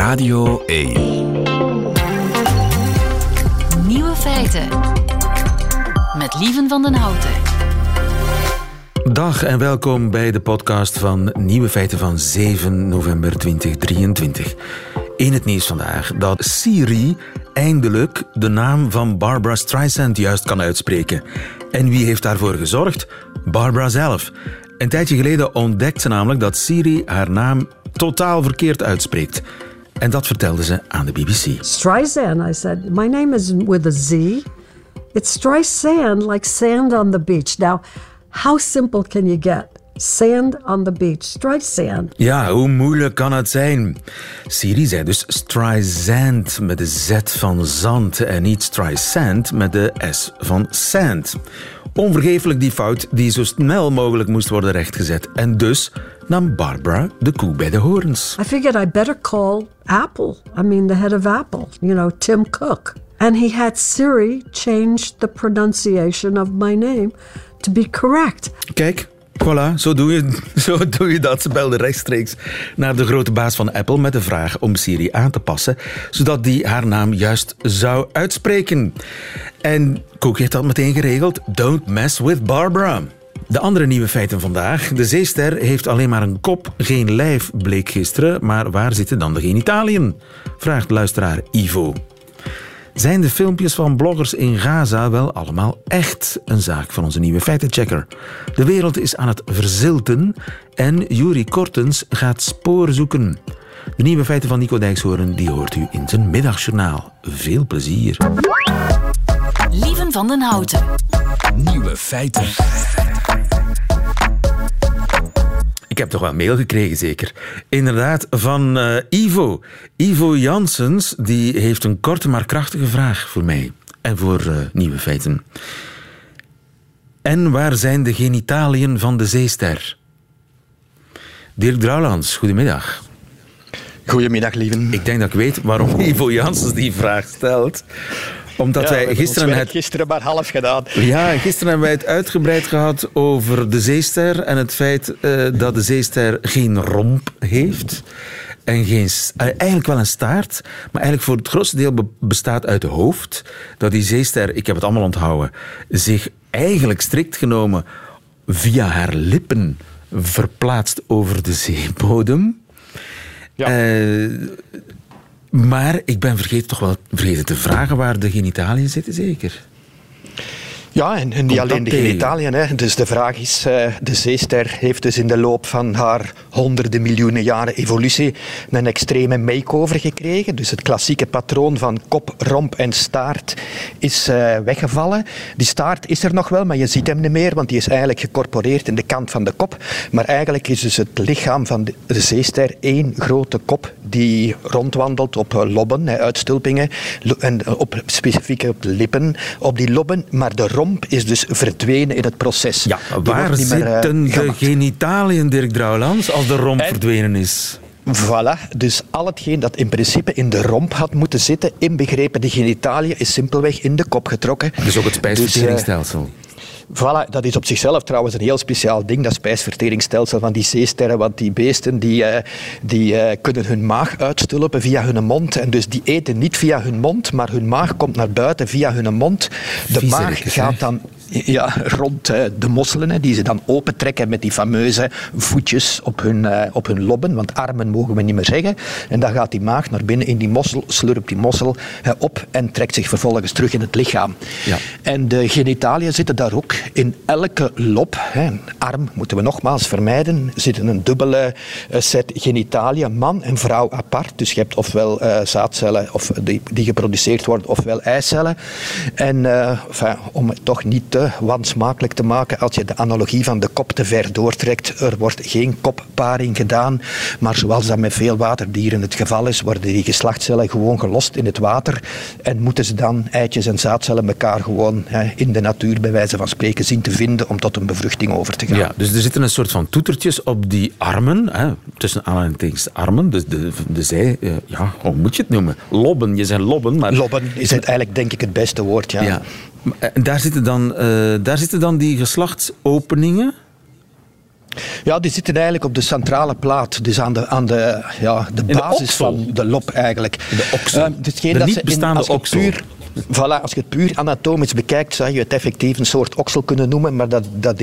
Radio 1. Nieuwe feiten. Met Lieven van den Houten. Dag en welkom bij de podcast van Nieuwe Feiten van 7 november 2023. In het nieuws vandaag dat Siri eindelijk de naam van Barbra Streisand juist kan uitspreken. En wie heeft daarvoor gezorgd? Barbra zelf. Een tijdje geleden ontdekte ze namelijk dat Siri haar naam totaal verkeerd uitspreekt. En dat vertelde ze aan de BBC. Streisand, I said, my name is with a Z. It's Streisand, like sand on the beach. Now, how simple can you get? Sand on the beach, Streisand. Ja, hoe moeilijk kan het zijn? Siri zei dus Streisand met de Z van zand en niet Streisand met de S van sand. Onvergeeflijk die fout die zo snel mogelijk moest worden rechtgezet. En dus nam Barbra de koe bij de horens. I figured I better call Apple. I mean, the head of Apple, Tim Cook. And he had Siri change the pronunciation of my name to be correct. Kijk, voilà, zo doe je dat. Ze belde rechtstreeks naar de grote baas van Apple met de vraag om Siri aan te passen, zodat die haar naam juist zou uitspreken. En Cook heeft dat meteen geregeld. Don't mess with Barbara. De andere nieuwe feiten vandaag. De zeester heeft alleen maar een kop, geen lijf, bleek gisteren. Maar waar zitten dan de genitaliën? Vraagt luisteraar Ivo. Zijn de filmpjes van bloggers in Gaza wel allemaal echt? Een zaak van onze nieuwe feitenchecker. De wereld is aan het verzilten en Juri Kortens gaat spoor zoeken. De nieuwe feiten van Nico Dijkshoorn die hoort u in zijn middagjournaal. Veel plezier. Lieven van den Houten. Nieuwe feiten. Ik heb toch wel mail gekregen, zeker. Inderdaad, van Ivo. Ivo Janssens, die heeft een korte maar krachtige vraag voor mij. En voor nieuwe feiten. En waar zijn de genitaliën van de zeester? Dirk Drouwlands, goedemiddag. Goedemiddag, lieven. Ik denk dat ik weet waarom Ivo Janssens die vraag stelt. Omdat wij gisteren maar half gedaan. Ja, gisteren hebben wij het uitgebreid gehad over de zeester en het feit dat de zeester geen romp heeft. En eigenlijk wel een staart, maar eigenlijk voor het grootste deel bestaat uit het hoofd. Dat die zeester, ik heb het allemaal onthouden, zich eigenlijk strikt genomen via haar lippen verplaatst over de zeebodem. Ja. Maar ik ben vergeten te vragen waar de genitaliën zitten, zeker? Ja, en niet alleen de genitaliën. Hè. Dus de vraag is, de zeester heeft dus in de loop van haar honderden miljoenen jaren evolutie een extreme makeover gekregen. Dus het klassieke patroon van kop, romp en staart is weggevallen. Die staart is er nog wel, maar je ziet hem niet meer, want die is eigenlijk gecorporeerd in de kant van de kop. Maar eigenlijk is dus het lichaam van de zeester één grote kop die rondwandelt op lobben, uitstulpingen, en specifiek op de lippen, op die lobben, maar de romp is dus verdwenen in het proces. Ja, waar zitten de genitaliën, Dirk Drouwlands, als de romp verdwenen is? Voilà, dus al hetgeen dat in principe in de romp had moeten zitten, inbegrepen de genitaliën, is simpelweg in de kop getrokken. Dus ook het spijsverteringsstelsel. Voilà, dat is op zichzelf trouwens een heel speciaal ding, dat spijsverteringsstelsel van die zeesterren, want die beesten die kunnen hun maag uitstulpen via hun mond en dus die eten niet via hun mond, maar hun maag komt naar buiten via hun mond. De maag gaat dan rond de mosselen, die ze dan opentrekken met die fameuze voetjes op hun lobben, want armen mogen we niet meer zeggen. En dan gaat die maag naar binnen in die mossel, slurpt die mossel op en trekt zich vervolgens terug in het lichaam. Ja. En de genitaliën zitten daar ook in elke lob. Arm moeten we nogmaals vermijden. Zitten een dubbele set genitaliën, man en vrouw apart. Dus je hebt ofwel zaadcellen die geproduceerd worden, ofwel eicellen. En om het toch niet te wansmakelijk te maken, als je de analogie van de kop te ver doortrekt, er wordt geen kopparing gedaan, maar zoals dat met veel waterdieren het geval is, worden die geslachtscellen gewoon gelost in het water en moeten ze dan eitjes en zaadcellen elkaar gewoon in de natuur bij wijze van spreken zien te vinden om tot een bevruchting over te gaan. Ja, dus er zitten een soort van toetertjes op die armen, tussen aanhalingstekens armen, dus de zij, hoe moet je het noemen? Lobben, je zei lobben, maar... Lobben is het eigenlijk denk ik het beste woord, ja. Daar zitten dan die geslachtsopeningen? Ja, die zitten eigenlijk op de centrale plaat. Dus aan de basis van de lob eigenlijk. De oksel. De niet bestaande oksel. Voilà, als je het puur anatomisch bekijkt, zou je het effectief een soort oksel kunnen noemen, maar dat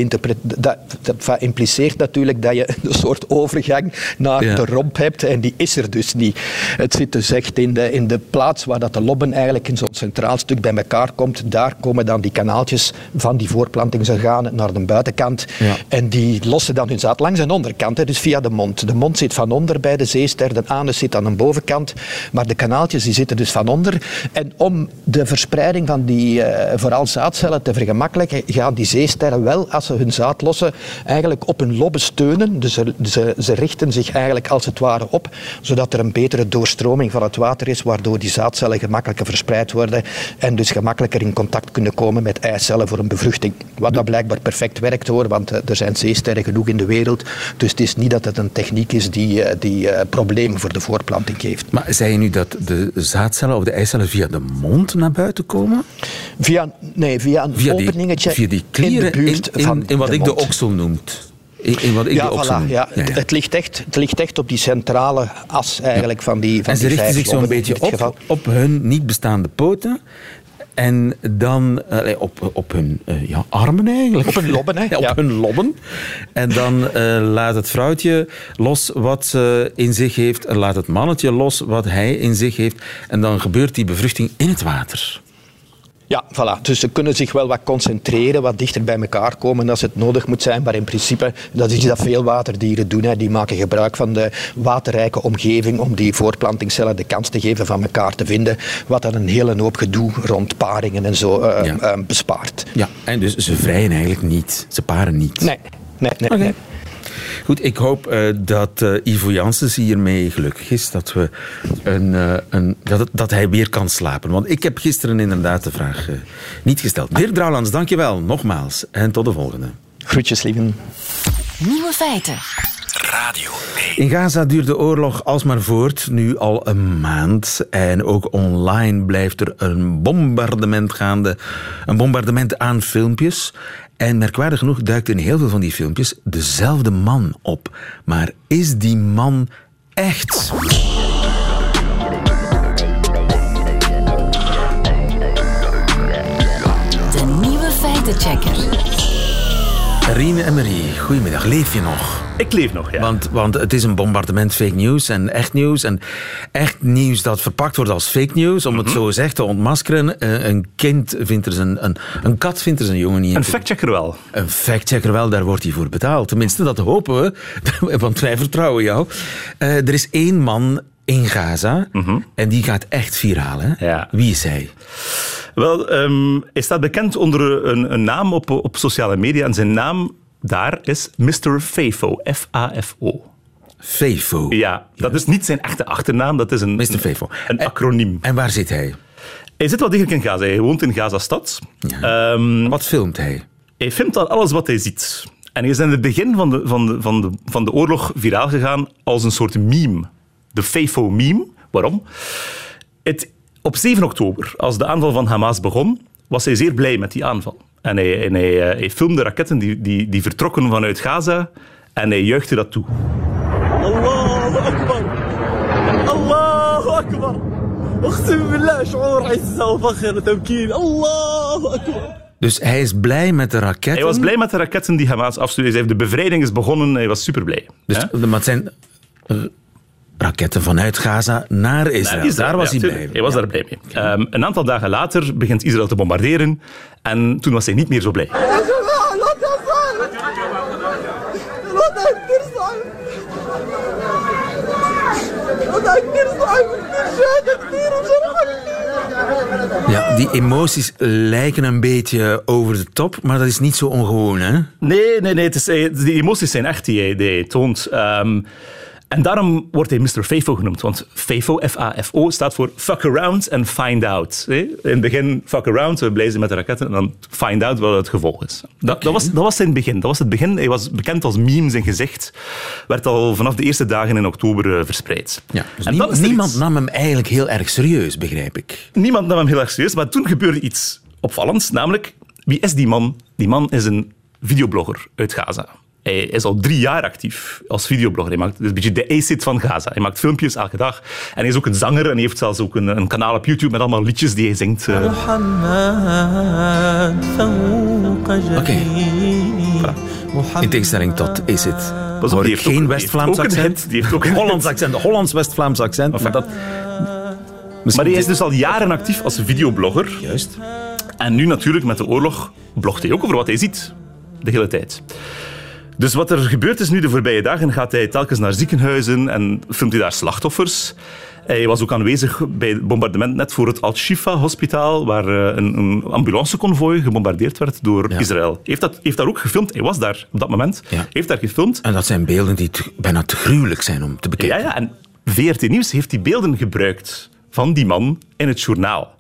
impliceert natuurlijk dat je een soort overgang naar de romp hebt en die is er dus niet. Het zit dus echt in de plaats waar dat de lobben eigenlijk in zo'n centraal stuk bij elkaar komt. Daar komen dan die kanaaltjes van die voortplantingsorganen naar de buitenkant en die lossen dan hun zaad langs een onderkant, dus via de mond. De mond zit van onder bij de zeester, de anus zit aan de bovenkant, maar de kanaaltjes die zitten dus van onder. En om de verspreiding van die vooral zaadcellen te vergemakkelijken, gaan die zeesterren wel, als ze hun zaad lossen, eigenlijk op hun lobben steunen. Dus ze richten zich eigenlijk als het ware op, zodat er een betere doorstroming van het water is, waardoor die zaadcellen gemakkelijker verspreid worden en dus gemakkelijker in contact kunnen komen met eicellen voor een bevruchting. Wat dat blijkbaar perfect werkt hoor, want er zijn zeesterren genoeg in de wereld. Dus het is niet dat het een techniek is die problemen voor de voortplanting geeft. Maar zei je nu dat de zaadcellen of de eicellen via de mond naar buiten komen? Via een openingetje via die klieren in de buurt van in wat de ik mond. de oksel noemt. In wat ik de oksel noem. Ja. Het ligt echt op die centrale as eigenlijk van die en ze die richten zich zo'n beetje op hun niet bestaande poten. En dan op hun armen eigenlijk. Op hun lobben, hè? Op hun lobben. En dan laat het vrouwtje los wat ze in zich heeft. En laat het mannetje los wat hij in zich heeft. En dan gebeurt die bevruchting in het water. Ja, voilà. Dus ze kunnen zich wel wat concentreren, wat dichter bij elkaar komen als het nodig moet zijn. Maar in principe, dat is iets dat veel waterdieren doen. Hè. Die maken gebruik van de waterrijke omgeving om die voortplantingscellen de kans te geven van elkaar te vinden. Wat dan een hele hoop gedoe rond paringen en zo bespaart. Ja, en dus ze vrijen eigenlijk niet. Ze paren niet. Nee. Nee. Goed, ik hoop dat Ivo Janssens hiermee gelukkig is. Dat, dat hij weer kan slapen. Want ik heb gisteren inderdaad de vraag niet gesteld. Dirk Drouwlands, dankjewel nogmaals. En tot de volgende. Groetjes, lieven. Nieuwe feiten. Radio 1. In Gaza duurt de oorlog alsmaar voort, nu al een maand. En ook online blijft er een bombardement gaande. Een bombardement aan filmpjes. En merkwaardig genoeg duikt in heel veel van die filmpjes dezelfde man op. Maar is die man echt? De nieuwe feitenchecker. Rien en Marie, goedemiddag. Leef je nog? Ik leef nog, ja. Want het is een bombardement fake news en echt nieuws. En echt nieuws dat verpakt wordt als fake news, om het zo gezegd te ontmaskeren. Een kind vindt er een kat vindt er zijn jongen niet. Een factchecker wel. Een factchecker wel, daar wordt hij voor betaald. Tenminste, dat hopen we, want wij vertrouwen jou. Er is 1 man in Gaza en die gaat echt viraal. Hè? Ja. Wie is hij? Wel, hij staat bekend onder een naam op sociale media en zijn naam daar is Mr. Fafo. F-A-F-O. Fafo. Ja, dat is niet zijn echte achternaam, dat is Mr. Fafo. Een acroniem. En waar zit hij? Hij zit wel degelijk in Gaza. Hij woont in Gaza-stad. Ja. Wat filmt hij? Hij filmt dan alles wat hij ziet. En hij is in het begin van de oorlog viraal gegaan als een soort meme. De Fafo-meme. Waarom? Op 7 oktober, als de aanval van Hamas begon, was hij zeer blij met die aanval. En hij filmde raketten die vertrokken vanuit Gaza en hij juichte dat toe. Allahu Akbar! Allahu Akbar! Uqsim billah, shu'ur izza wa fakhr wa tamkin. Allahu Akbar! Dus hij is blij met de raketten? Hij was blij met de raketten die Hamas afstuurde. Hij zei, de bevrijding is begonnen, hij was super blij. Dus, maar het zijn raketten vanuit Gaza naar Israël. Daar was hij blij mee. Hij was daar blij mee. Een aantal dagen later begint Israël te bombarderen en toen was hij niet meer zo blij. Ja, die emoties lijken een beetje over de top, maar dat is niet zo ongewoon, hè? Nee. Die emoties zijn echt die hij toont. En daarom wordt hij Mr. Fafo genoemd. Want Fafo, F-A-F-O, staat voor fuck around and find out. In het begin fuck around, we blazen met de raketten. En dan find out wat het gevolg is. Dat was zijn begin. Dat was het begin. Hij was bekend als meme. Zijn gezicht werd al vanaf de eerste dagen in oktober verspreid. Ja, dus niemand nam hem eigenlijk heel erg serieus, begrijp ik. Niemand nam hem heel erg serieus. Maar toen gebeurde iets opvallends. Namelijk, wie is die man? Die man is een videoblogger uit Gaza. Hij is al 3 jaar actief als videoblogger. Hij maakt een beetje de ACID van Gaza. Hij maakt filmpjes elke dag. En hij is ook een zanger en hij heeft zelfs ook een kanaal op YouTube met allemaal liedjes die hij zingt. Oké. In tegenstelling tot ACID. Hoor ik geen West-Vlaams accent. Die heeft ook een Hollands accent. Hollands-West-Vlaams accent. Enfin, Maar hij is dus al jaren actief als videoblogger. Juist. En nu natuurlijk met de oorlog blogt hij ook over wat hij ziet. De hele tijd. Dus wat er gebeurd is nu de voorbije dagen, gaat hij telkens naar ziekenhuizen en filmt hij daar slachtoffers. Hij was ook aanwezig bij het bombardement net voor het Al-Shifa-hospitaal, waar een ambulanceconvooi gebombardeerd werd door Israël. Heeft daar ook gefilmd. Hij was daar op dat moment. Ja. Heeft daar gefilmd. En dat zijn beelden die bijna te gruwelijk zijn om te bekijken. Ja, en VRT Nieuws heeft die beelden gebruikt van die man in het journaal.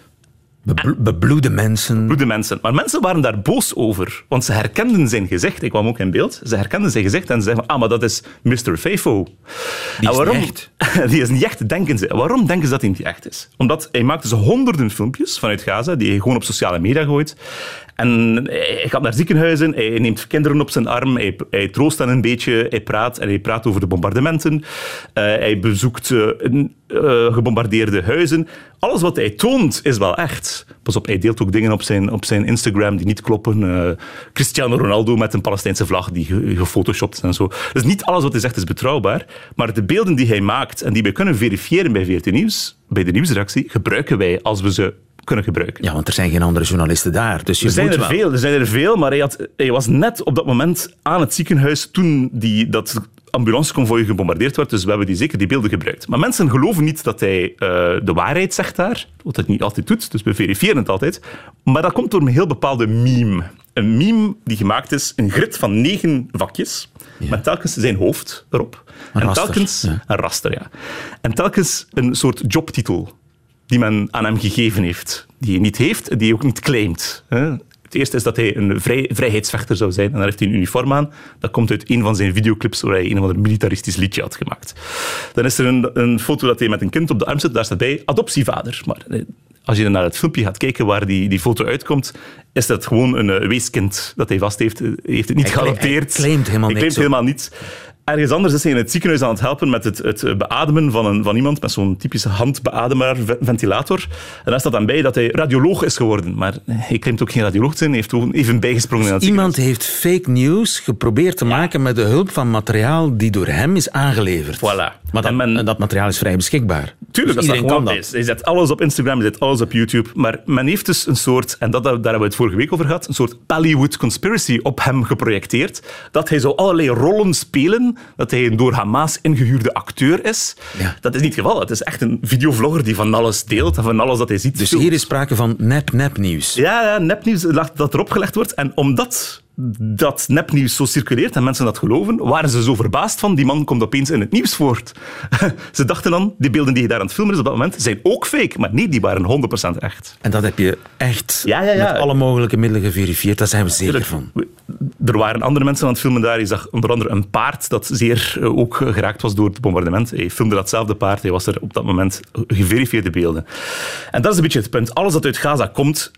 Bebloede mensen. Bebloede mensen. Maar mensen waren daar boos over. Want ze herkenden zijn gezicht. Ik kwam ook in beeld. Ze herkenden zijn gezicht en ze zeiden van, maar dat is Mr. Fayfo. Die is niet echt. Die is niet echt, denken ze. Waarom denken ze dat hij niet echt is? Omdat hij maakt dus honderden filmpjes vanuit Gaza die hij gewoon op sociale media gooit. En hij gaat naar ziekenhuizen, hij neemt kinderen op zijn arm, hij troost hen een beetje, hij praat over de bombardementen, hij bezoekt gebombardeerde huizen. Alles wat hij toont is wel echt. Pas op, hij deelt ook dingen op zijn Instagram die niet kloppen. Cristiano Ronaldo met een Palestijnse vlag die gefotoshopt en zo. Dus niet alles wat hij zegt is betrouwbaar, maar de beelden die hij maakt en die wij kunnen verifiëren bij VRT Nieuws, bij de nieuwsredactie, gebruiken wij als we ze kunnen gebruiken. Ja, want er zijn geen andere journalisten daar. Dus er zijn er veel, maar hij was net op dat moment aan het ziekenhuis toen dat ambulanceconvooi gebombardeerd werd, dus we hebben zeker die beelden gebruikt. Maar mensen geloven niet dat hij de waarheid zegt daar, wat hij niet altijd doet, dus we verifiëren het altijd. Maar dat komt door een heel bepaalde meme. Een meme die gemaakt is, een grid van 9 vakjes, met telkens zijn hoofd erop. Een raster, ja. En telkens een soort jobtitel die men aan hem gegeven heeft. Die hij niet heeft, die hij ook niet claimt. Het eerste is dat hij een vrijheidsvechter zou zijn. En daar heeft hij een uniform aan. Dat komt uit een van zijn videoclips waar hij een of ander militaristisch liedje had gemaakt. Dan is er een foto dat hij met een kind op de arm zit. Daar staat bij adoptievader. Maar als je naar het filmpje gaat kijken waar die foto uitkomt, is dat gewoon een weeskind dat hij vast heeft. Hij heeft het niet geadopteerd. Hij claimt helemaal niets. Ergens anders is hij in het ziekenhuis aan het helpen met het beademen van iemand met zo'n typische handbeademaar, ventilator. En daar staat dan bij dat hij radioloog is geworden. Maar hij claimt ook geen radioloog te zijn. Hij heeft ook even bijgesprongen in het Iemand heeft fake news geprobeerd te maken met de hulp van materiaal die door hem is aangeleverd. Voilà. Maar dat materiaal is vrij beschikbaar. Tuurlijk, dus iedereen kan dat. Hij zet alles op Instagram, hij zet alles op YouTube. Maar men heeft dus een soort, en daar hebben we het vorige week over gehad, een soort Bollywood conspiracy op hem geprojecteerd. Dat hij zo allerlei rollen spelen, dat hij een door Hamas ingehuurde acteur is. Ja. Dat is niet het geval. Het is echt een videovlogger die van alles deelt en van alles dat hij ziet. Dus hier is sprake van nepnieuws. Ja, nepnieuws dat erop gelegd wordt. En omdat dat nepnieuws zo circuleert en mensen dat geloven, waren ze zo verbaasd van, die man komt opeens in het nieuws voort. Ze dachten dan, die beelden die je daar aan het filmen is op dat moment, zijn ook fake. Maar nee, die waren 100% echt. En dat heb je echt met alle mogelijke middelen geverifieerd. Daar zijn we zeker van. Er waren andere mensen aan het filmen daar. Je zag onder andere een paard dat zeer ook geraakt was door het bombardement. Hij filmde datzelfde paard. Hij was er op dat moment geverifieerde beelden. En dat is een beetje het punt. Alles dat uit Gaza komt,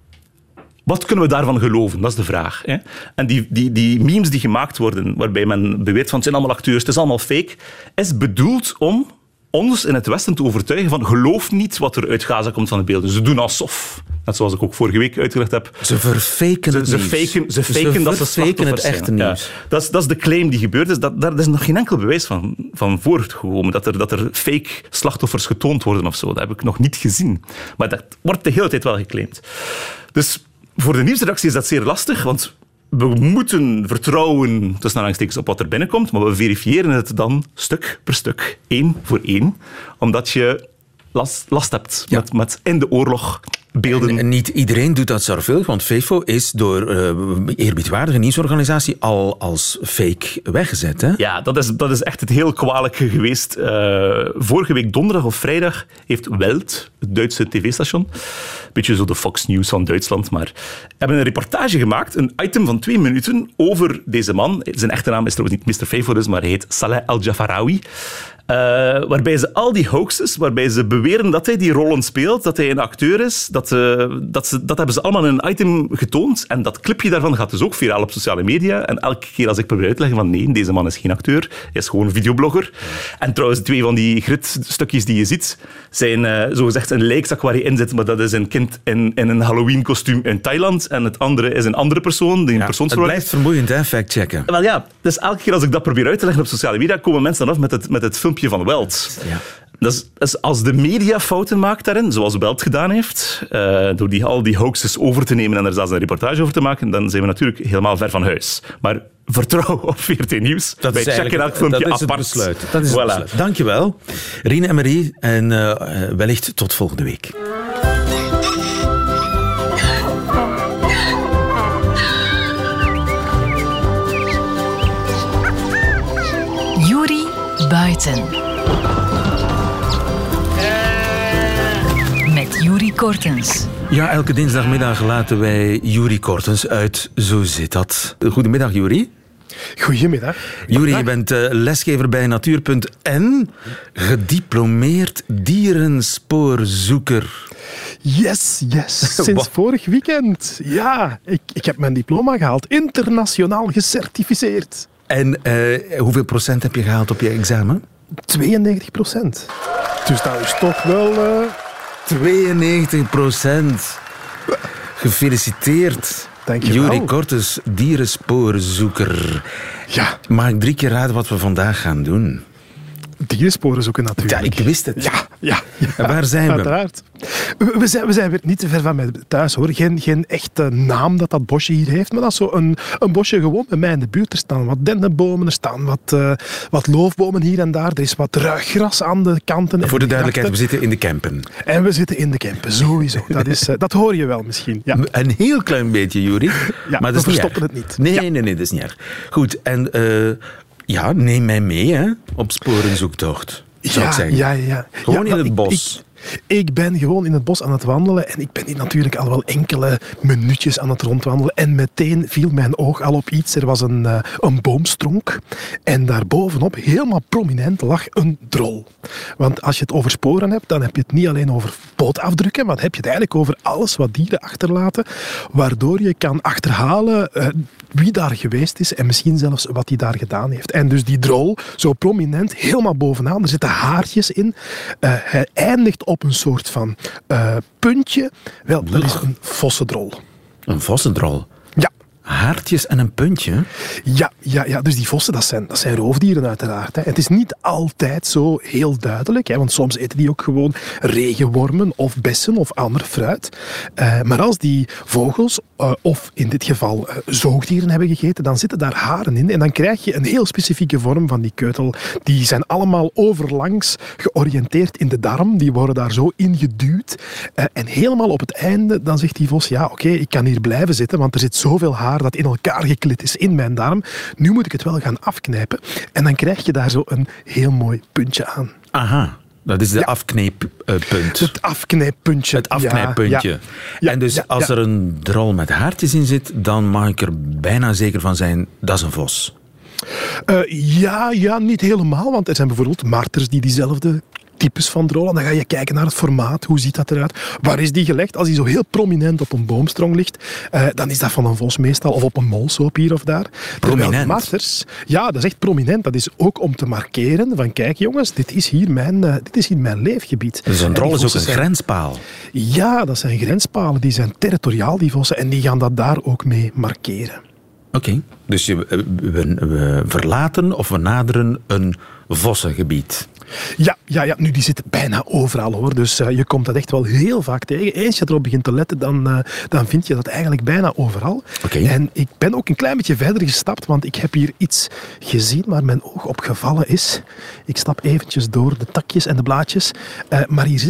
wat kunnen we daarvan geloven? Dat is de vraag. Hè? En die memes die gemaakt worden, waarbij men beweert van het zijn allemaal acteurs, het is allemaal fake, is bedoeld om ons in het Westen te overtuigen van geloof niet wat er uit Gaza komt van de beelden. Ze doen alsof. Net zoals ik ook vorige week uitgelegd heb. Ze verfaken het nieuws. Ze faken dat ze slachtoffers het echte nieuws. Ja. Dat is de claim die gebeurd is. Daar is nog geen enkel bewijs van voortgekomen. Dat er fake slachtoffers getoond worden of zo. Dat heb ik nog niet gezien. Maar dat wordt de hele tijd wel geclaimd. Dus voor de nieuwsredactie is dat zeer lastig, want we moeten vertrouwen tussen aanhalingstekens op wat er binnenkomt, maar we verifiëren het dan stuk per stuk, 1 voor 1, omdat je last hebt met in de oorlog beelden. En niet iedereen doet dat zorgvuldig, want Fayfo is door eerbiedwaardige nieuwsorganisatie al als fake weggezet. Hè? Ja, dat is echt het heel kwalijke geweest. Vorige week donderdag of vrijdag heeft Welt, het Duitse tv-station, een beetje zo de Fox News van Duitsland, maar hebben een reportage gemaakt, een item van 2 minuten over deze man. Zijn echte naam is trouwens niet Mr. Fayfo, maar hij heet Saleh Al-Jafarawi. Waarbij ze al die hoaxes, waarbij ze beweren dat hij die rollen speelt, dat hij een acteur is, dat hebben ze allemaal in een item getoond. En dat clipje daarvan gaat dus ook viraal op sociale media. En elke keer als ik probeer uit te leggen van nee, deze man is geen acteur, hij is gewoon een videoblogger. En trouwens, 2 van die gritstukjes die je ziet, zijn zogezegd een lijkzak waar je in zit, maar dat is een kind in een Halloween-kostuum in Thailand. En het andere is een andere persoon. Die Het blijft vermoeiend, hè, fact-checken. Wel ja, dus elke keer als ik dat probeer uit te leggen op sociale media, komen mensen dan af met het filmpje van Welt. Ja. Dus als de media fouten maakt daarin, zoals Welt gedaan heeft, door al die hoaxes over te nemen en er zelfs een reportage over te maken, dan zijn we natuurlijk helemaal ver van huis. Maar vertrouw op VRT Nieuws. Wij checken elk filmpje apart. Dat is het besluit. Dankjewel, Rien en Marie. En wellicht tot volgende week. Yuri Buiten. Met Yuri Kortens. Ja, elke dinsdagmiddag laten wij Yuri Kortens uit. Zo zit dat. Goedemiddag, Yuri. Goedemiddag. Yuri, je bent lesgever bij Natuur.n, gediplomeerd dierenspoorzoeker. Yes. Sinds vorig weekend. Ja, ik heb mijn diploma gehaald. Internationaal gecertificeerd. En hoeveel procent heb je gehaald op je examen? 92%. Dus dat is toch wel... 92%. Gefeliciteerd. Dankjewel. Yuri Kortens, dierenspoorzoeker. Ja. Mag ik 3 keer raden wat we vandaag gaan doen? Dierensporen zoeken natuurlijk. Ja, ik wist het. Ja. En waar zijn we? Uiteraard. We zijn weer niet te ver van mij thuis, hoor. Geen echte naam dat bosje hier heeft, maar dat is zo een bosje gewoon bij mij in de buurt. Er staan wat dennenbomen, er staan wat loofbomen hier en daar. Er is wat ruiggras aan de kanten. Voor de duidelijkheid, we zitten in de Kempen. En we zitten in de Kempen, sowieso. Dat hoor je wel misschien. Ja. Een heel klein beetje, Yuri. Ja, maar dat we is verstoppen niet het niet. Nee, dat is niet erg. Goed, en neem mij mee hè, op sporenzoektocht, zou ik zeggen. Ja. Gewoon in het bos. Ik ben gewoon in het bos aan het wandelen en ik ben hier natuurlijk al wel enkele minuutjes aan het rondwandelen en meteen viel mijn oog al op iets. Er was een boomstronk en daarbovenop, helemaal prominent, lag een drol. Want als je het over sporen hebt, dan heb je het niet alleen over pootafdrukken, maar dan heb je het eigenlijk over alles wat dieren achterlaten, waardoor je kan achterhalen wie daar geweest is en misschien zelfs wat hij daar gedaan heeft. En dus die drol, zo prominent, helemaal bovenaan, er zitten haartjes in. Hij eindigt op een soort van puntje. Wel, dat is een vossendrol. Een vossendrol? Ja. Haartjes en een puntje? Ja. Dus die vossen, dat zijn roofdieren uiteraard. Hè. Het is niet altijd zo heel duidelijk, hè, want soms eten die ook gewoon regenwormen of bessen of ander fruit. Maar als die vogels, of in dit geval zoogdieren hebben gegeten, dan zitten daar haren in en dan krijg je een heel specifieke vorm van die keutel. Die zijn allemaal overlangs georiënteerd in de darm. Die worden daar zo ingeduwd. En helemaal op het einde, dan zegt die vos, ja, oké, ik kan hier blijven zitten, want er zit zoveel haar dat in elkaar geklit is in mijn darm. Nu moet ik het wel gaan afknijpen. En dan krijg je daar zo een heel mooi puntje aan. Aha. Dat is de afkneeppunt. Het afknijppuntje. Het afknijppuntje. Ja. En dus als er een drol met haartjes in zit, dan mag ik er bijna zeker van zijn, dat is een vos. Ja, niet helemaal. Want er zijn bijvoorbeeld marters die diezelfde types van drollen. Dan ga je kijken naar het formaat. Hoe ziet dat eruit? Waar is die gelegd? Als die zo heel prominent op een boomstronk ligt, dan is dat van een vos meestal. Of op een molshoop hier of daar. Prominent? Marters, ja, dat is echt prominent. Dat is ook om te markeren van kijk jongens, dit is hier mijn leefgebied. Dus een drol is ook een grenspaal? Ja, dat zijn grenspalen. Die zijn territoriaal, die vossen. En die gaan dat daar ook mee markeren. Oké. Dus we verlaten of we naderen een vossengebied. Ja, nu die zit bijna overal hoor. Dus je komt dat echt wel heel vaak tegen. Eens je erop begint te letten, dan vind je dat eigenlijk bijna overal. Okay. En ik ben ook een klein beetje verder gestapt, want ik heb hier iets gezien waar mijn oog op gevallen is. Ik stap eventjes door de takjes en de blaadjes. Maar hier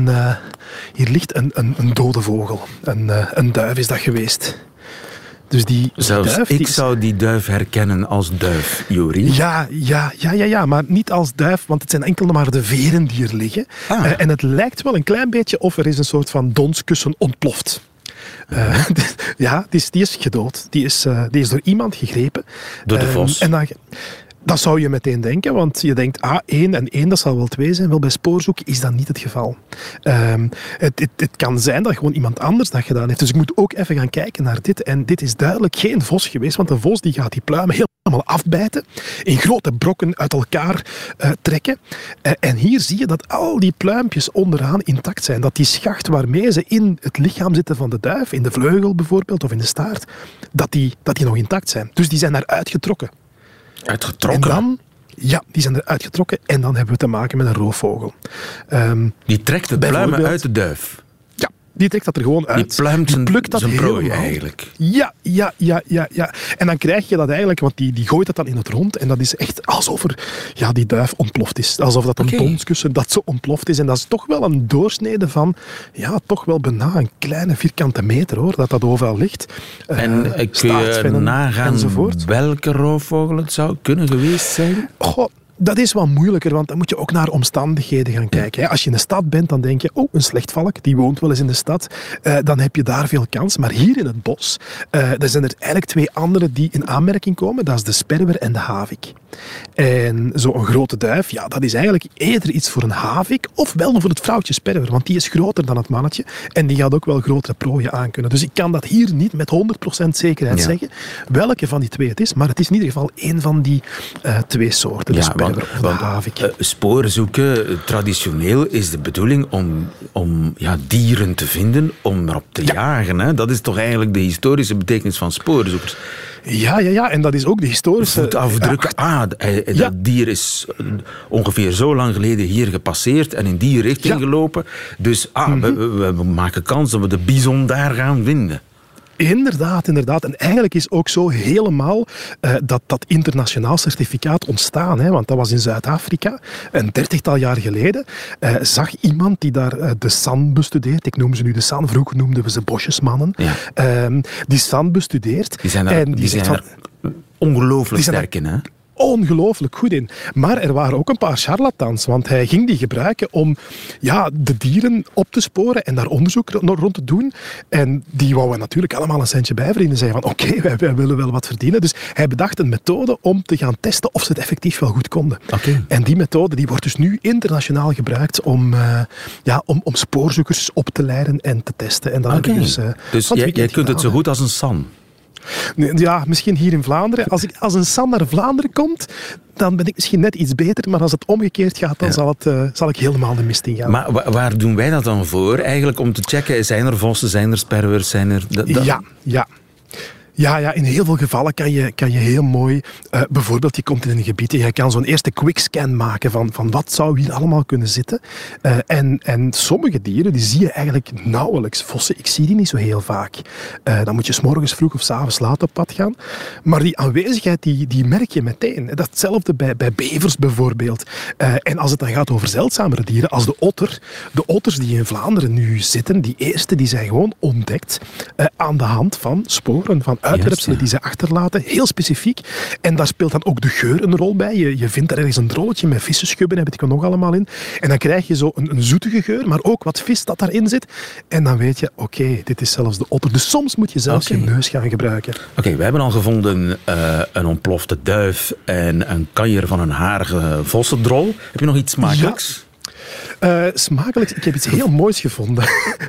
ligt een dode vogel. Een duif is dat geweest. Dus die zelfs duif, ik zou die duif herkennen als duif, Yuri. Ja, maar niet als duif, want het zijn enkel maar de veren die er liggen. En het lijkt wel een klein beetje of er is een soort van donskussen ontploft. Die is gedood. Die is door iemand gegrepen. Door de vos? Dat zou je meteen denken, want je denkt 1 en 1, dat zal wel 2 zijn. Wel, bij spoorzoek is dat niet het geval. Het kan zijn dat gewoon iemand anders dat gedaan heeft. Dus ik moet ook even gaan kijken naar dit. En dit is duidelijk geen vos geweest, want een vos die gaat die pluimen helemaal afbijten, in grote brokken uit elkaar trekken. En hier zie je dat al die pluimpjes onderaan intact zijn. Dat die schacht waarmee ze in het lichaam zitten van de duif, in de vleugel bijvoorbeeld, of in de staart, dat die nog intact zijn. Dus die zijn daar uitgetrokken. Uitgetrokken? En dan, ja, die zijn er uitgetrokken en dan hebben we te maken met een roofvogel. Die trekt de pluimen uit de duif. Ja, die trekt dat er gewoon uit. Die pluimt plukt dat zijn prooi helemaal. eigenlijk. Ja. En dan krijg je dat eigenlijk, want die gooit dat dan in het rond en dat is echt alsof die duif ontploft is. Alsof dat een donskussen dat zo ontploft is. En dat is toch wel een doorsnede van, toch wel bijna een kleine vierkante meter, hoor, dat overal ligt. En kun je nagaan enzovoort. Welke roofvogel het zou kunnen geweest zijn? Goh, dat is wat moeilijker, want dan moet je ook naar omstandigheden gaan kijken. Ja. Als je in de stad bent, dan denk je, een slechtvalk, die woont wel eens in de stad. Dan heb je daar veel kans. Maar hier in het bos, er zijn er eigenlijk 2 andere die in aanmerking komen. Dat is de sperwer en de havik. En zo'n grote duif, dat is eigenlijk eerder iets voor een havik, ofwel voor het vrouwtje sperwer, want die is groter dan het mannetje en die gaat ook wel grotere prooien aankunnen. Dus ik kan dat hier niet met 100% zekerheid zeggen welke van die 2 het is, maar het is in ieder geval 1 van die 2 soorten, de sperwer of de havik. Sporen zoeken, traditioneel is de bedoeling om dieren te vinden, om erop te jagen. Hè? Dat is toch eigenlijk de historische betekenis van spoorzoekers. Ja, en dat is ook de historische... Voetafdrukken. Dat dier is ongeveer zo lang geleden hier gepasseerd en in die richting gelopen. Dus we maken kans dat we de bison daar gaan vinden. Inderdaad. En eigenlijk is ook zo helemaal dat internationaal certificaat ontstaan. Hè, want dat was in Zuid-Afrika, een 30-tal jaar geleden. Zag iemand die daar de San bestudeert. Ik noem ze nu de San, vroeger noemden we ze bosjesmannen. Ja. Die San bestudeert. Die zijn er ongelooflijk sterk in, hè? Ongelooflijk goed in. Maar er waren ook een paar charlatans, want hij ging die gebruiken om de dieren op te sporen en daar onderzoek rond te doen. En die wouden natuurlijk allemaal een centje bijverdienen. Zeiden van oké, wij willen wel wat verdienen. Dus hij bedacht een methode om te gaan testen of ze het effectief wel goed konden. Okay. En die methode die wordt dus nu internationaal gebruikt om spoorzoekers op te leiden en te testen. En dan dus jij kunt het zo goed als een San? Ja, misschien hier in Vlaanderen. Als een San naar Vlaanderen komt, dan ben ik misschien net iets beter. Maar als het omgekeerd gaat, dan zal ik helemaal de mist in gaan. Maar waar doen wij dat dan voor? Eigenlijk om te checken, zijn er vossen, zijn er sperwers, zijn er... Ja, in heel veel gevallen kan je heel mooi... bijvoorbeeld, je komt in een gebied en je kan zo'n eerste quickscan maken van wat zou hier allemaal kunnen zitten. En sommige dieren, die zie je eigenlijk nauwelijks. Vossen, ik zie die niet zo heel vaak. Dan moet je 's morgens vroeg of 's avonds laat op pad gaan. Maar die aanwezigheid, die merk je meteen. Datzelfde bij bevers bijvoorbeeld. En als het dan gaat over zeldzamere dieren, als de otter. De otters die in Vlaanderen nu zitten, die eerste, die zijn gewoon ontdekt aan de hand van sporen, van uitwerpselen die ze achterlaten, heel specifiek. En daar speelt dan ook de geur een rol bij. Je vindt er ergens een drolletje met vissenschubben, heb ik er nog allemaal in. En dan krijg je zo een zoetige geur, maar ook wat vis dat daarin zit. En dan weet je, oké, dit is zelfs de otter. Dus soms moet je zelfs je neus gaan gebruiken. Oké, we hebben al gevonden een ontplofte duif en een kanjer van een harige vossendrol. Heb je nog iets smakelijks? Smakelijk, ik heb iets heel moois gevonden.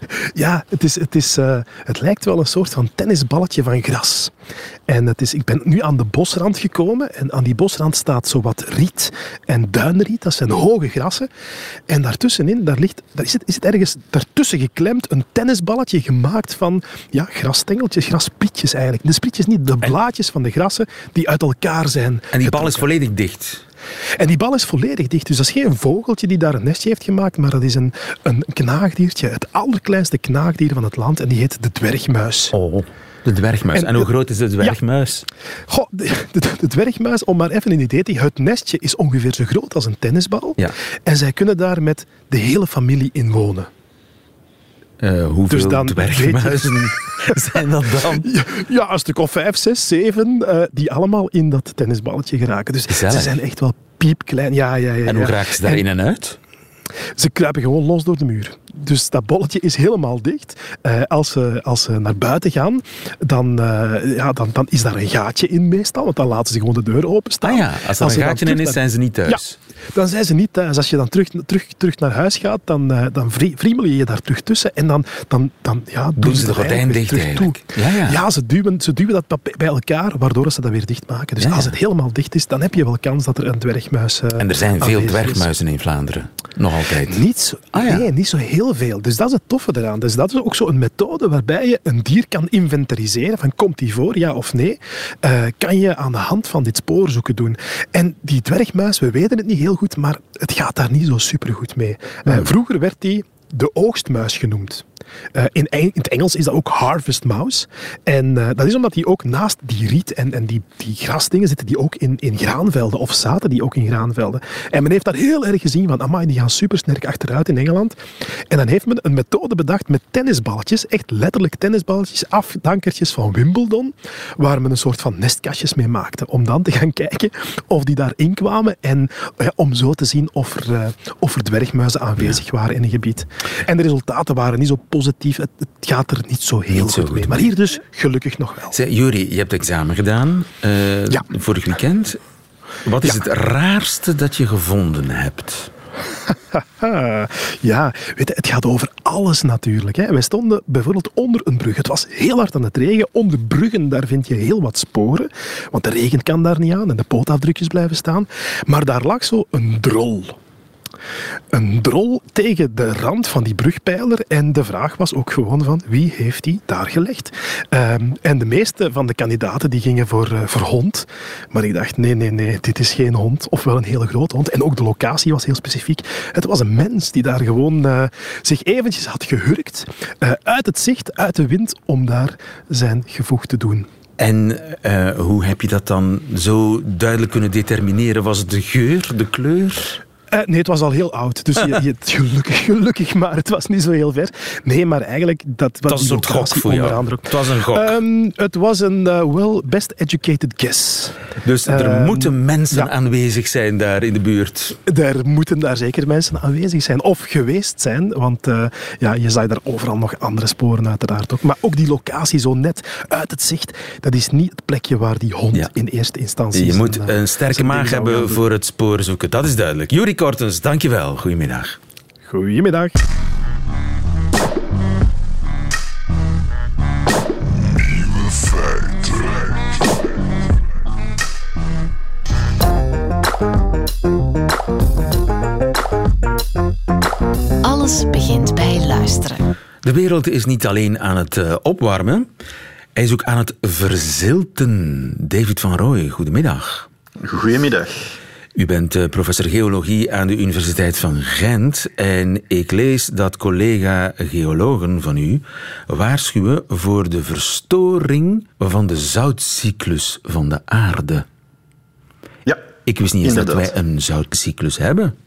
Het lijkt wel een soort van tennisballetje van gras. En ik ben nu aan de bosrand gekomen en aan die bosrand staat zo wat riet en duinriet, dat zijn hoge grassen. En daartussenin, is het ergens daartussen geklemd een tennisballetje gemaakt van grasstengeltjes, grasprietjes eigenlijk. De sprietjes niet, de blaadjes van de grassen die uit elkaar zijn. En die bal is volledig dicht? En die bal is volledig dicht, dus dat is geen vogeltje die daar een nestje heeft gemaakt, maar dat is een knaagdiertje, het allerkleinste knaagdier van het land en die heet de dwergmuis. Oh, de dwergmuis. En hoe groot is de dwergmuis? Ja. De dwergmuis, om maar even een idee te geven, het nestje is ongeveer zo groot als een tennisbal. Ja. En zij kunnen daar met de hele familie in wonen. Hoeveel dwergmuizen zijn dat dan? Ja, een stuk of 5, 6, 7, die allemaal in dat tennisballetje geraken. Dus ze zijn echt wel piepklein. Ja. En hoe raken ze daar in en uit? Ze kruipen gewoon los door de muur. Dus dat bolletje is helemaal dicht. Als ze naar buiten gaan, dan is daar een gaatje in meestal, want dan laten ze gewoon de deur openstaan. Ah ja, als er een gaatje in is, zijn ze niet thuis. Ja, dan zijn ze niet thuis. Als je dan terug naar huis gaat, dan friemel je je daar terug tussen en dan doen ze de gordijn dicht eigenlijk. Ja, ze duwen dat bij elkaar, waardoor ze dat weer dicht maken. Dus als het helemaal dicht is, dan heb je wel kans dat er een dwergmuis en er zijn veel dwergmuizen in Vlaanderen. Nog altijd. Nee, niet zo heel veel. Dus dat is het toffe eraan. Dus dat is ook zo een methode waarbij je een dier kan inventariseren. Van komt die voor, ja of nee? Kan je aan de hand van dit spoorzoeken doen. En die dwergmuis, we weten het niet heel goed, maar het gaat daar niet zo supergoed mee. Vroeger werd die de oogstmuis genoemd. In het Engels is dat ook harvest mouse. En dat is omdat die ook naast die riet en die grasdingen zitten die ook in graanvelden, of zaten die ook in graanvelden. En men heeft daar heel erg gezien van, amai, die gaan supersterk achteruit in Engeland. En dan heeft men een methode bedacht met tennisballetjes, echt letterlijk tennisballetjes, afdankertjes van Wimbledon, waar men een soort van nestkastjes mee maakte, om dan te gaan kijken of die daarin kwamen en om zo te zien of er dwergmuizen aanwezig waren in een gebied. En de resultaten waren niet zo positief. Het gaat er niet zo heel goed mee. Maar hier dus gelukkig nog wel. Zeg, Juri, je hebt examen gedaan vorig weekend. Wat is het raarste dat je gevonden hebt? Ja, weet je, het gaat over alles natuurlijk. Wij stonden bijvoorbeeld onder een brug. Het was heel hard aan het regen. Onder bruggen, daar vind je heel wat sporen. Want de regen kan daar niet aan en de pootafdrukjes blijven staan. Maar daar lag zo een drol. Een drol tegen de rand van die brugpijler. En de vraag was ook gewoon van, wie heeft die daar gelegd? En de meeste van de kandidaten die gingen voor hond. Maar ik dacht, nee, dit is geen hond. Ofwel een hele grote hond. En ook de locatie was heel specifiek. Het was een mens die daar gewoon zich eventjes had gehurkt. Uit het zicht, uit de wind, om daar zijn gevoeg te doen. En hoe heb je dat dan zo duidelijk kunnen determineren? Was het de geur, de kleur? Nee, het was al heel oud. Dus gelukkig, maar het was niet zo heel ver. Nee, maar eigenlijk... Dat was een soort gok voor jou. Het was een gok. Het was een best educated guess. Dus er moeten mensen aanwezig zijn daar in de buurt. Er moeten daar zeker mensen aanwezig zijn. Of geweest zijn. Want je zag daar overal nog andere sporen uiteraard ook. Maar ook die locatie zo net uit het zicht. Dat is niet het plekje waar die hond in eerste instantie... Je moet een sterke maag hebben voor het spoor zoeken. Dat is duidelijk. Juri Kortens, dankjewel. Goedemiddag. Goedemiddag. Nieuwe feiten. Alles begint bij luisteren. De wereld is niet alleen aan het opwarmen, hij is ook aan het verzilten. David van Rooij, goedemiddag. Goedemiddag. U bent professor geologie aan de Universiteit van Gent en ik lees dat collega-geologen van u waarschuwen voor de verstoring van de zoutcyclus van de aarde. Ja, ik wist niet eens inderdaad dat wij een zoutcyclus hebben.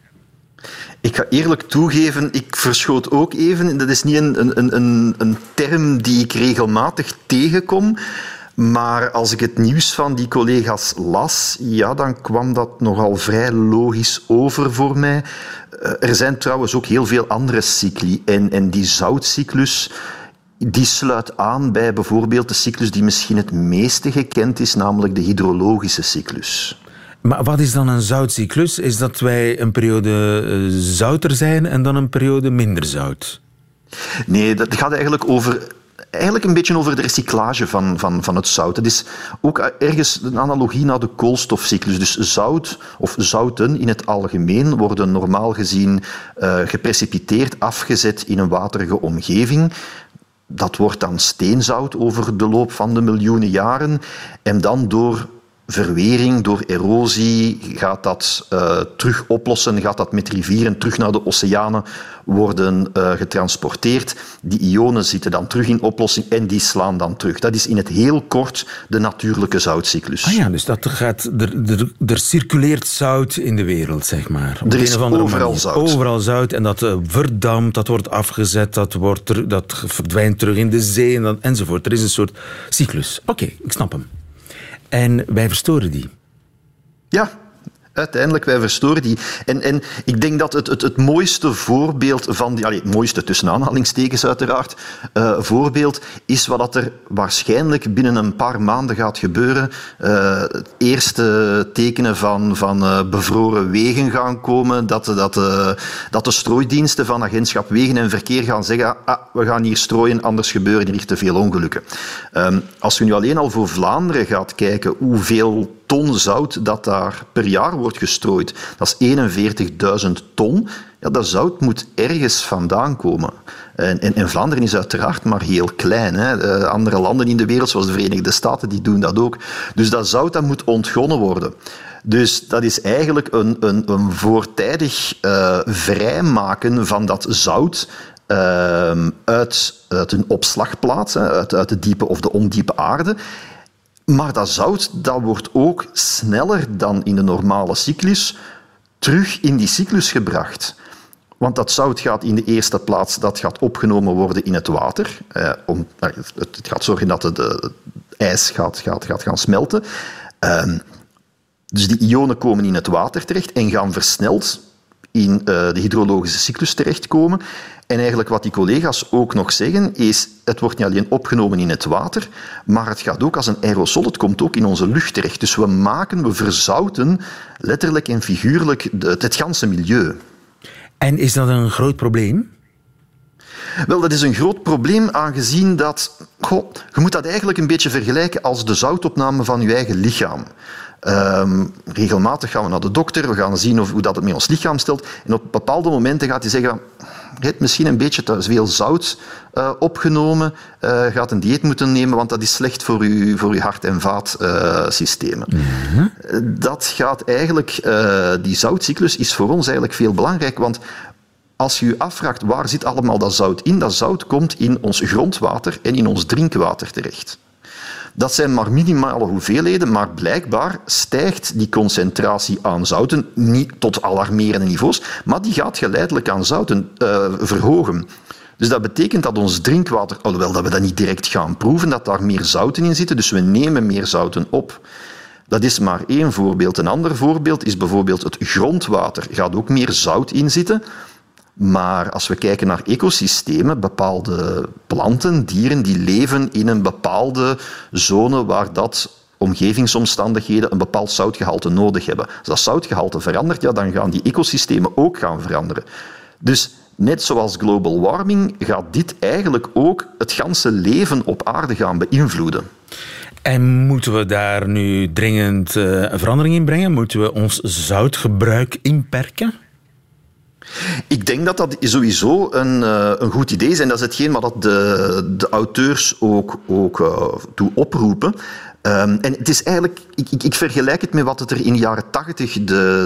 Ik ga eerlijk toegeven, ik verschoot ook even. Dat is niet een term die ik regelmatig tegenkom. Maar als ik het nieuws van die collega's las, dan kwam dat nogal vrij logisch over voor mij. Er zijn trouwens ook heel veel andere cycli. En die zoutcyclus, die sluit aan bij bijvoorbeeld de cyclus die misschien het meeste gekend is, namelijk de hydrologische cyclus. Maar wat is dan een zoutcyclus? Is dat wij een periode zouter zijn en dan een periode minder zout? Nee, dat gaat eigenlijk een beetje over de recyclage van het zout. Het is ook ergens een analogie naar de koolstofcyclus. Dus zout of zouten in het algemeen worden normaal gezien geprecipiteerd afgezet in een waterige omgeving. Dat wordt dan steenzout over de loop van de miljoenen jaren. En dan door verwering, door erosie, gaat dat terug oplossen, gaat dat met rivieren terug naar de oceanen worden getransporteerd. Die ionen zitten dan terug in oplossing en die slaan dan terug. Dat is in het heel kort de natuurlijke zoutcyclus. Ah ja, dus dat gaat, er circuleert zout in de wereld, zeg maar. Er is overal zout. Overal zout en dat verdampt, dat wordt afgezet, dat verdwijnt terug in de zee enzovoort. Er is een soort cyclus. Oké, ik snap hem. En wij verstoren die. Ja, Uiteindelijk, wij verstoren die. En ik denk dat het mooiste voorbeeld van die... het mooiste tussen aanhalingstekens uiteraard, voorbeeld is wat er waarschijnlijk binnen een paar maanden gaat gebeuren. Het eerste tekenen van bevroren wegen gaan komen, dat de strooidiensten van Agentschap Wegen en Verkeer gaan zeggen we gaan hier strooien, anders gebeuren hier te veel ongelukken. Als je nu alleen al voor Vlaanderen gaat kijken hoeveel ton zout dat daar per jaar wordt gestrooid, dat is 41.000 ton. Ja, dat zout moet ergens vandaan komen. En Vlaanderen is uiteraard maar heel klein. Hè. Andere landen in de wereld, zoals de Verenigde Staten, die doen dat ook. Dus dat zout dat moet ontgonnen worden. Dus dat is eigenlijk een voortijdig vrijmaken van dat zout uit een opslagplaats, uit de diepe of de ondiepe aarde. Maar dat zout dat wordt ook sneller dan in de normale cyclus terug in die cyclus gebracht. Want dat zout gaat in de eerste plaats dat gaat opgenomen worden in het water. Het gaat zorgen dat het ijs gaat gaan smelten. Dus die ionen komen in het water terecht en gaan versneld in de hydrologische cyclus terechtkomen. En eigenlijk wat die collega's ook nog zeggen is, het wordt niet alleen opgenomen in het water, maar het gaat ook als een aerosol, het komt ook in onze lucht terecht. Dus we verzouten letterlijk en figuurlijk het ganse milieu. En is dat een groot probleem? Wel, dat is een groot probleem aangezien dat... je moet dat eigenlijk een beetje vergelijken als de zoutopname van je eigen lichaam. Regelmatig gaan we naar de dokter, we gaan zien hoe dat het met ons lichaam stelt. En op bepaalde momenten gaat hij zeggen... Je hebt misschien een beetje te veel zout opgenomen, gaat een dieet moeten nemen, want dat is slecht voor uw hart- en vaatsystemen. Mm-hmm. Dat gaat eigenlijk... die zoutcyclus is voor ons eigenlijk veel belangrijk, want als je je afvraagt waar zit allemaal dat zout in, dat zout komt in ons grondwater en in ons drinkwater terecht. Dat zijn maar minimale hoeveelheden, maar blijkbaar stijgt die concentratie aan zouten niet tot alarmerende niveaus, maar die gaat geleidelijk aan zouten verhogen. Dus dat betekent dat ons drinkwater, alhoewel dat we dat niet direct gaan proeven, dat daar meer zouten in zitten, dus we nemen meer zouten op. Dat is maar één voorbeeld. Een ander voorbeeld is bijvoorbeeld het grondwater. Er gaat ook meer zout in zitten. Maar als we kijken naar ecosystemen, bepaalde planten, dieren, die leven in een bepaalde zone waar dat omgevingsomstandigheden een bepaald zoutgehalte nodig hebben. Als dat zoutgehalte verandert, ja, dan gaan die ecosystemen ook gaan veranderen. Dus net zoals global warming gaat dit eigenlijk ook het ganse leven op aarde gaan beïnvloeden. En moeten we daar nu dringend verandering in brengen? Moeten we ons zoutgebruik inperken? Ik denk dat dat sowieso een goed idee is en dat is hetgeen wat de auteurs ook toe oproepen. En het is eigenlijk, ik vergelijk het met wat het er in de jaren 80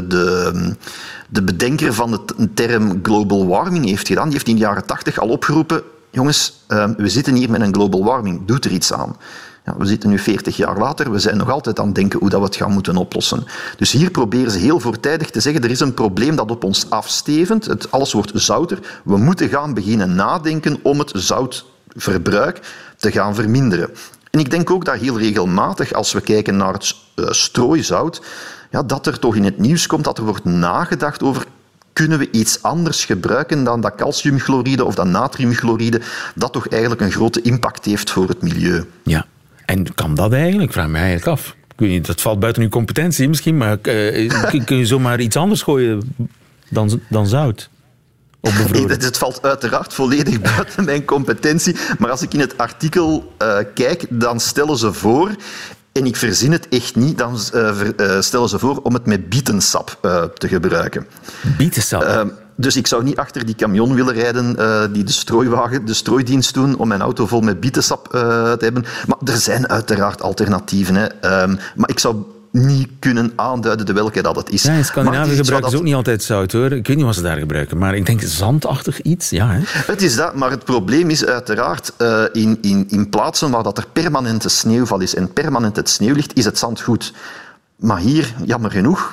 de bedenker van de term global warming heeft gedaan. Die heeft in de jaren 80 al opgeroepen, jongens, we zitten hier met een global warming, doe er iets aan. Ja, we zitten nu 40 jaar later, we zijn nog altijd aan het denken hoe dat we het gaan moeten oplossen. Dus hier proberen ze heel voortijdig te zeggen, er is een probleem dat op ons afstevend, alles wordt zouter, we moeten gaan beginnen nadenken om het zoutverbruik te gaan verminderen. En ik denk ook dat heel regelmatig, als we kijken naar het strooizout, ja, dat er toch in het nieuws komt dat er wordt nagedacht over, kunnen we iets anders gebruiken dan dat calciumchloride of dat natriumchloride, dat toch eigenlijk een grote impact heeft voor het milieu. Ja. En kan dat eigenlijk? Ik vraag me eigenlijk af. Ik weet niet, dat valt buiten uw competentie misschien, maar kun je zomaar iets anders gooien dan zout? Het valt uiteraard volledig buiten mijn competentie, maar als ik in het artikel kijk, dan stellen ze voor, en ik verzin het echt niet, dan stellen ze voor om het met bietensap te gebruiken. Bietensap? Dus ik zou niet achter die camion willen rijden die de strooidienst doen om mijn auto vol met bietensap te hebben. Maar er zijn uiteraard alternatieven. Hè. Maar ik zou niet kunnen aanduiden welke dat het is. Ja, in Scandinavië gebruiken ze ook niet altijd zout, hoor. Ik weet niet wat ze daar gebruiken, maar ik denk zandachtig iets, ja. Hè? Het is dat, maar het probleem is uiteraard in plaatsen waar dat er permanente sneeuwval is en permanent het sneeuw ligt, is het zand goed. Maar hier, jammer genoeg,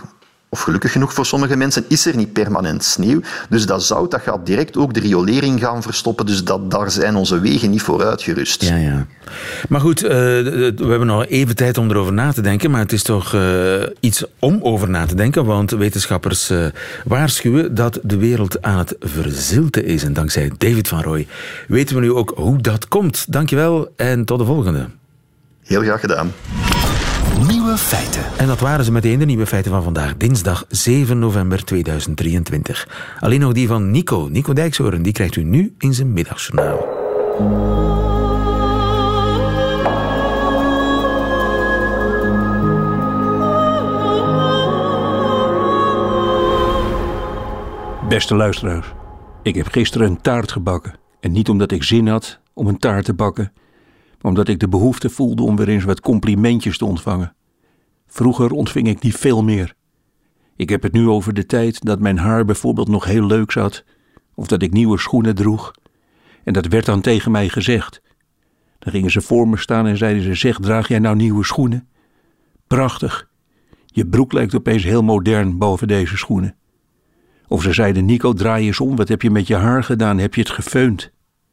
of gelukkig genoeg voor sommige mensen, is er niet permanent sneeuw. Dus dat zout dat gaat direct ook de riolering gaan verstoppen. Dus daar zijn onze wegen niet voor uitgerust. Ja. Maar goed, we hebben nog even tijd om erover na te denken. Maar het is toch iets om over na te denken. Want wetenschappers waarschuwen dat de wereld aan het verzilten is. En dankzij David van Rooij weten we nu ook hoe dat komt. Dankjewel en tot de volgende. Heel graag gedaan. Nieuwe feiten. En dat waren ze meteen, de nieuwe feiten van vandaag, dinsdag 7 november 2023. Alleen nog die van Nico Dijkshoorn, die krijgt u nu in zijn middagjournaal. Beste luisteraars, ik heb gisteren een taart gebakken. En niet omdat ik zin had om een taart te bakken, maar omdat ik de behoefte voelde om weer eens wat complimentjes te ontvangen. Vroeger ontving ik niet veel meer. Ik heb het nu over de tijd dat mijn haar bijvoorbeeld nog heel leuk zat, of dat ik nieuwe schoenen droeg. En dat werd dan tegen mij gezegd. Dan gingen ze voor me staan en zeiden ze, zeg, draag jij nou nieuwe schoenen? Prachtig. Je broek lijkt opeens heel modern boven deze schoenen. Of ze zeiden, Nico, draai eens om, wat heb je met je haar gedaan? Heb je het gefeund?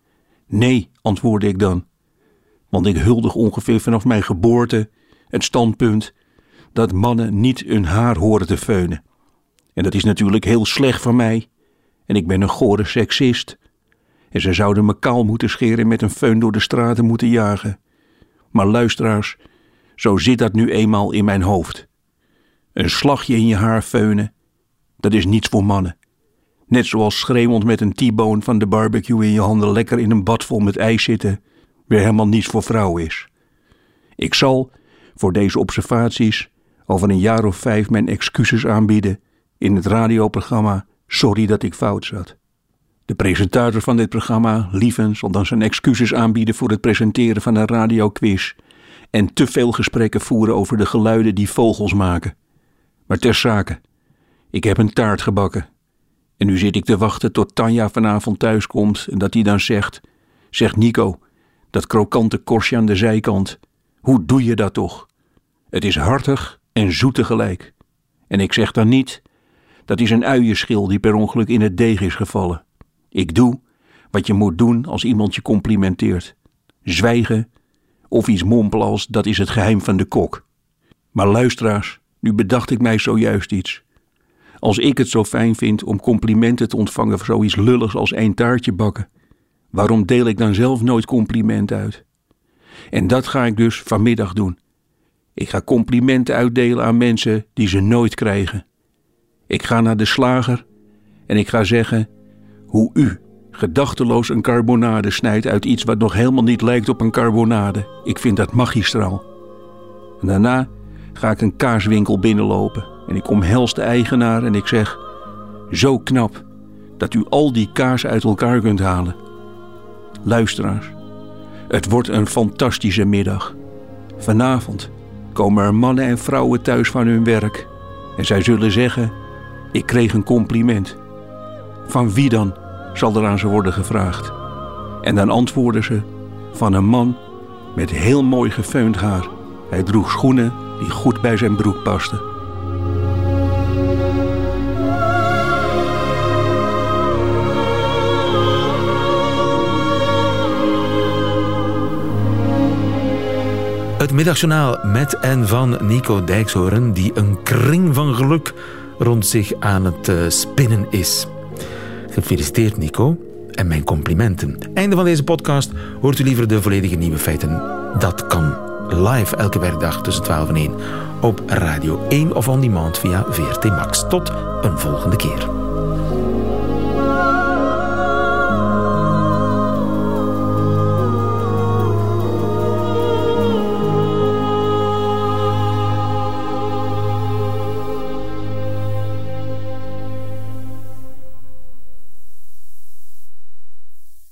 Nee, antwoordde ik dan. Want ik huldig ongeveer vanaf mijn geboorte het standpunt dat mannen niet hun haar horen te feunen. En dat is natuurlijk heel slecht van mij. En ik ben een gore seksist. En ze zouden me kaal moeten scheren en met een föhn door de straten moeten jagen. Maar luisteraars, zo zit dat nu eenmaal in mijn hoofd. Een slagje in je haar feunen, dat is niets voor mannen. Net zoals schreeuwend met een T-bone van de barbecue in je handen lekker in een bad vol met ijs zitten, weer helemaal niets voor vrouwen is. Ik zal voor deze observaties over een jaar of 5 mijn excuses aanbieden in het radioprogramma Sorry dat ik fout zat. De presentator van dit programma, Lieven, zal dan zijn excuses aanbieden voor het presenteren van een radioquiz en te veel gesprekken voeren over de geluiden die vogels maken. Maar ter zake, ik heb een taart gebakken. En nu zit ik te wachten tot Tanja vanavond thuiskomt en dat hij dan zegt, zeg Nico, dat krokante korstje aan de zijkant, hoe doe je dat toch? Het is hartig en zoet tegelijk. En ik zeg dan niet, dat is een uienschil die per ongeluk in het deeg is gevallen. Ik doe wat je moet doen als iemand je complimenteert. Zwijgen of iets mompelen als dat is het geheim van de kok. Maar luisteraars, nu bedacht ik mij zojuist iets. Als ik het zo fijn vind om complimenten te ontvangen voor zoiets lulligs als 1 taartje bakken, waarom deel ik dan zelf nooit complimenten uit? En dat ga ik dus vanmiddag doen. Ik ga complimenten uitdelen aan mensen die ze nooit krijgen. Ik ga naar de slager en ik ga zeggen hoe u gedachteloos een carbonade snijdt uit iets wat nog helemaal niet lijkt op een carbonade. Ik vind dat magistraal. En daarna ga ik een kaaswinkel binnenlopen en ik omhels de eigenaar en ik zeg, zo knap dat u al die kaas uit elkaar kunt halen. Luisteraars, het wordt een fantastische middag. Vanavond komen er mannen en vrouwen thuis van hun werk en zij zullen zeggen, ik kreeg een compliment. Van wie dan, zal er aan ze worden gevraagd. En dan antwoorden ze, van een man met heel mooi gefeund haar. Hij droeg schoenen die goed bij zijn broek pasten. Het middagjournaal met en van Nico Dijkshoorn, die een kring van geluk rond zich aan het spinnen is. Gefeliciteerd Nico en mijn complimenten. Einde van deze podcast. Hoort u liever de volledige nieuwe feiten? Dat kan live elke werkdag tussen 12 en 1 op Radio 1 of on demand via VRT Max. Tot een volgende keer.